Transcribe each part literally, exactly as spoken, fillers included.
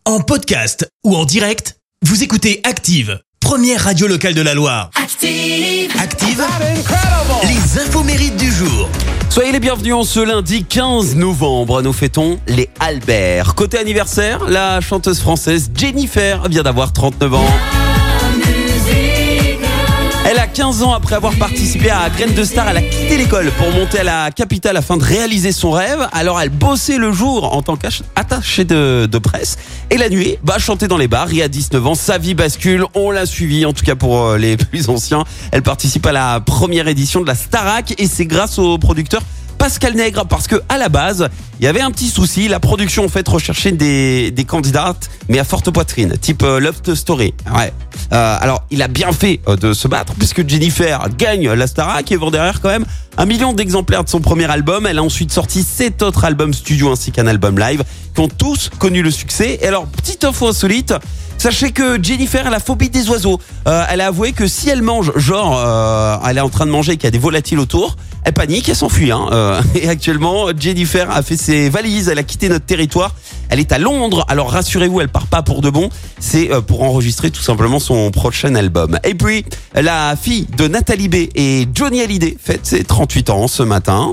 En podcast ou en direct, vous écoutez Active, première radio locale de la Loire. Active, Active, les infos mérites du jour. Soyez les bienvenus en ce lundi quinze novembre. Nous fêtons les Albert. Côté anniversaire, la chanteuse française Jennifer vient d'avoir trente-neuf ans. Elle a quinze ans après avoir participé à Graines de Star. Elle a quitté l'école pour monter à la capitale afin de réaliser son rêve. Alors elle bossait le jour en tant qu'attachée de, de presse. Et la nuit, bah, chanter dans les bars. Et à dix-neuf ans, sa vie bascule. On l'a suivi, en tout cas pour les plus anciens. Elle participe à la première édition de la Starac. Et c'est grâce au producteur Pascal Nègre, parce que à la base, il y avait un petit souci. La production en fait recherchait des des candidates, mais à forte poitrine, type euh, Love Story. Ouais. Euh, alors, il a bien fait euh, de se battre, puisque Jennifer gagne la Starac et vend derrière quand même un million d'exemplaires de son premier album. Elle a ensuite sorti sept autres albums studio ainsi qu'un album live qui ont tous connu le succès. Et alors, petite info insolite. Sachez que Jennifer a la phobie des oiseaux. Euh, elle a avoué que si elle mange, genre, euh, elle est en train de manger et qu'il y a des volatiles autour, elle panique, elle s'enfuit. Hein. Euh, et actuellement, Jennifer a fait ses valises, elle a quitté notre territoire. Elle est à Londres. Alors rassurez-vous, elle part pas pour de bon. C'est euh, pour enregistrer tout simplement son prochain album. Et puis, la fille de Nathalie B et Johnny Hallyday fête ses trente-huit ans ce matin.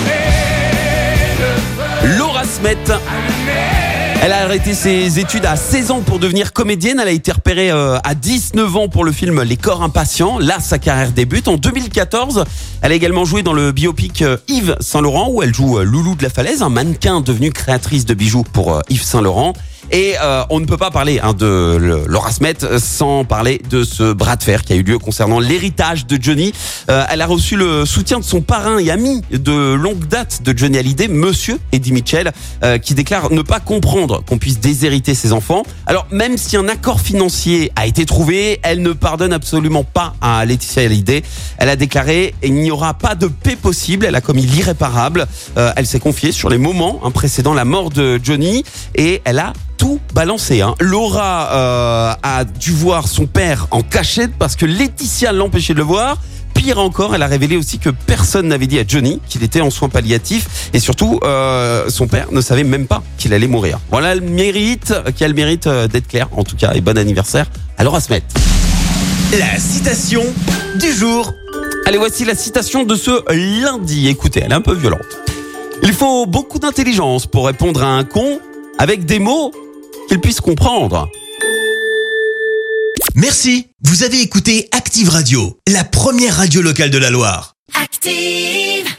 Laura Smet. Elle a arrêté ses études à seize ans pour devenir comédienne. Elle a été repérée à dix-neuf ans pour le film Les Corps Impatients. Là, sa carrière débute. En deux mille quatorze, elle a également joué dans le biopic Yves Saint Laurent où elle joue Loulou de la Falaise, un mannequin devenu créatrice de bijoux pour Yves Saint Laurent. Et euh, on ne peut pas parler hein, de le, Laura Smet sans parler de ce bras de fer qui a eu lieu concernant l'héritage de Johnny. Euh, elle a reçu le soutien de son parrain et ami de longue date de Johnny Hallyday, Monsieur Eddie Mitchell, euh, qui déclare ne pas comprendre qu'on puisse déshériter ses enfants. Alors même si un accord financier a été trouvé, elle ne pardonne absolument pas à Laetitia Hallyday. Elle a déclaré il n'y aura pas de paix possible. Elle a commis l'irréparable. Euh, elle s'est confiée sur les moments hein, précédant la mort de Johnny et elle a tout balancé. Hein. Laura euh, a dû voir son père en cachette parce que Laetitia l'empêchait de le voir. Pire encore, elle a révélé aussi que personne n'avait dit à Johnny qu'il était en soins palliatifs et surtout, euh, son père ne savait même pas qu'il allait mourir. Voilà le mérite, qui a le mérite d'être clair en tout cas. Et bon anniversaire à Laura Smet. La citation du jour. Allez, voici la citation de ce lundi. Écoutez, elle est un peu violente. Il faut beaucoup d'intelligence pour répondre à un con avec des mots qu'il puisse comprendre. Merci. Vous avez écouté Active Radio, la première radio locale de la Loire. Active!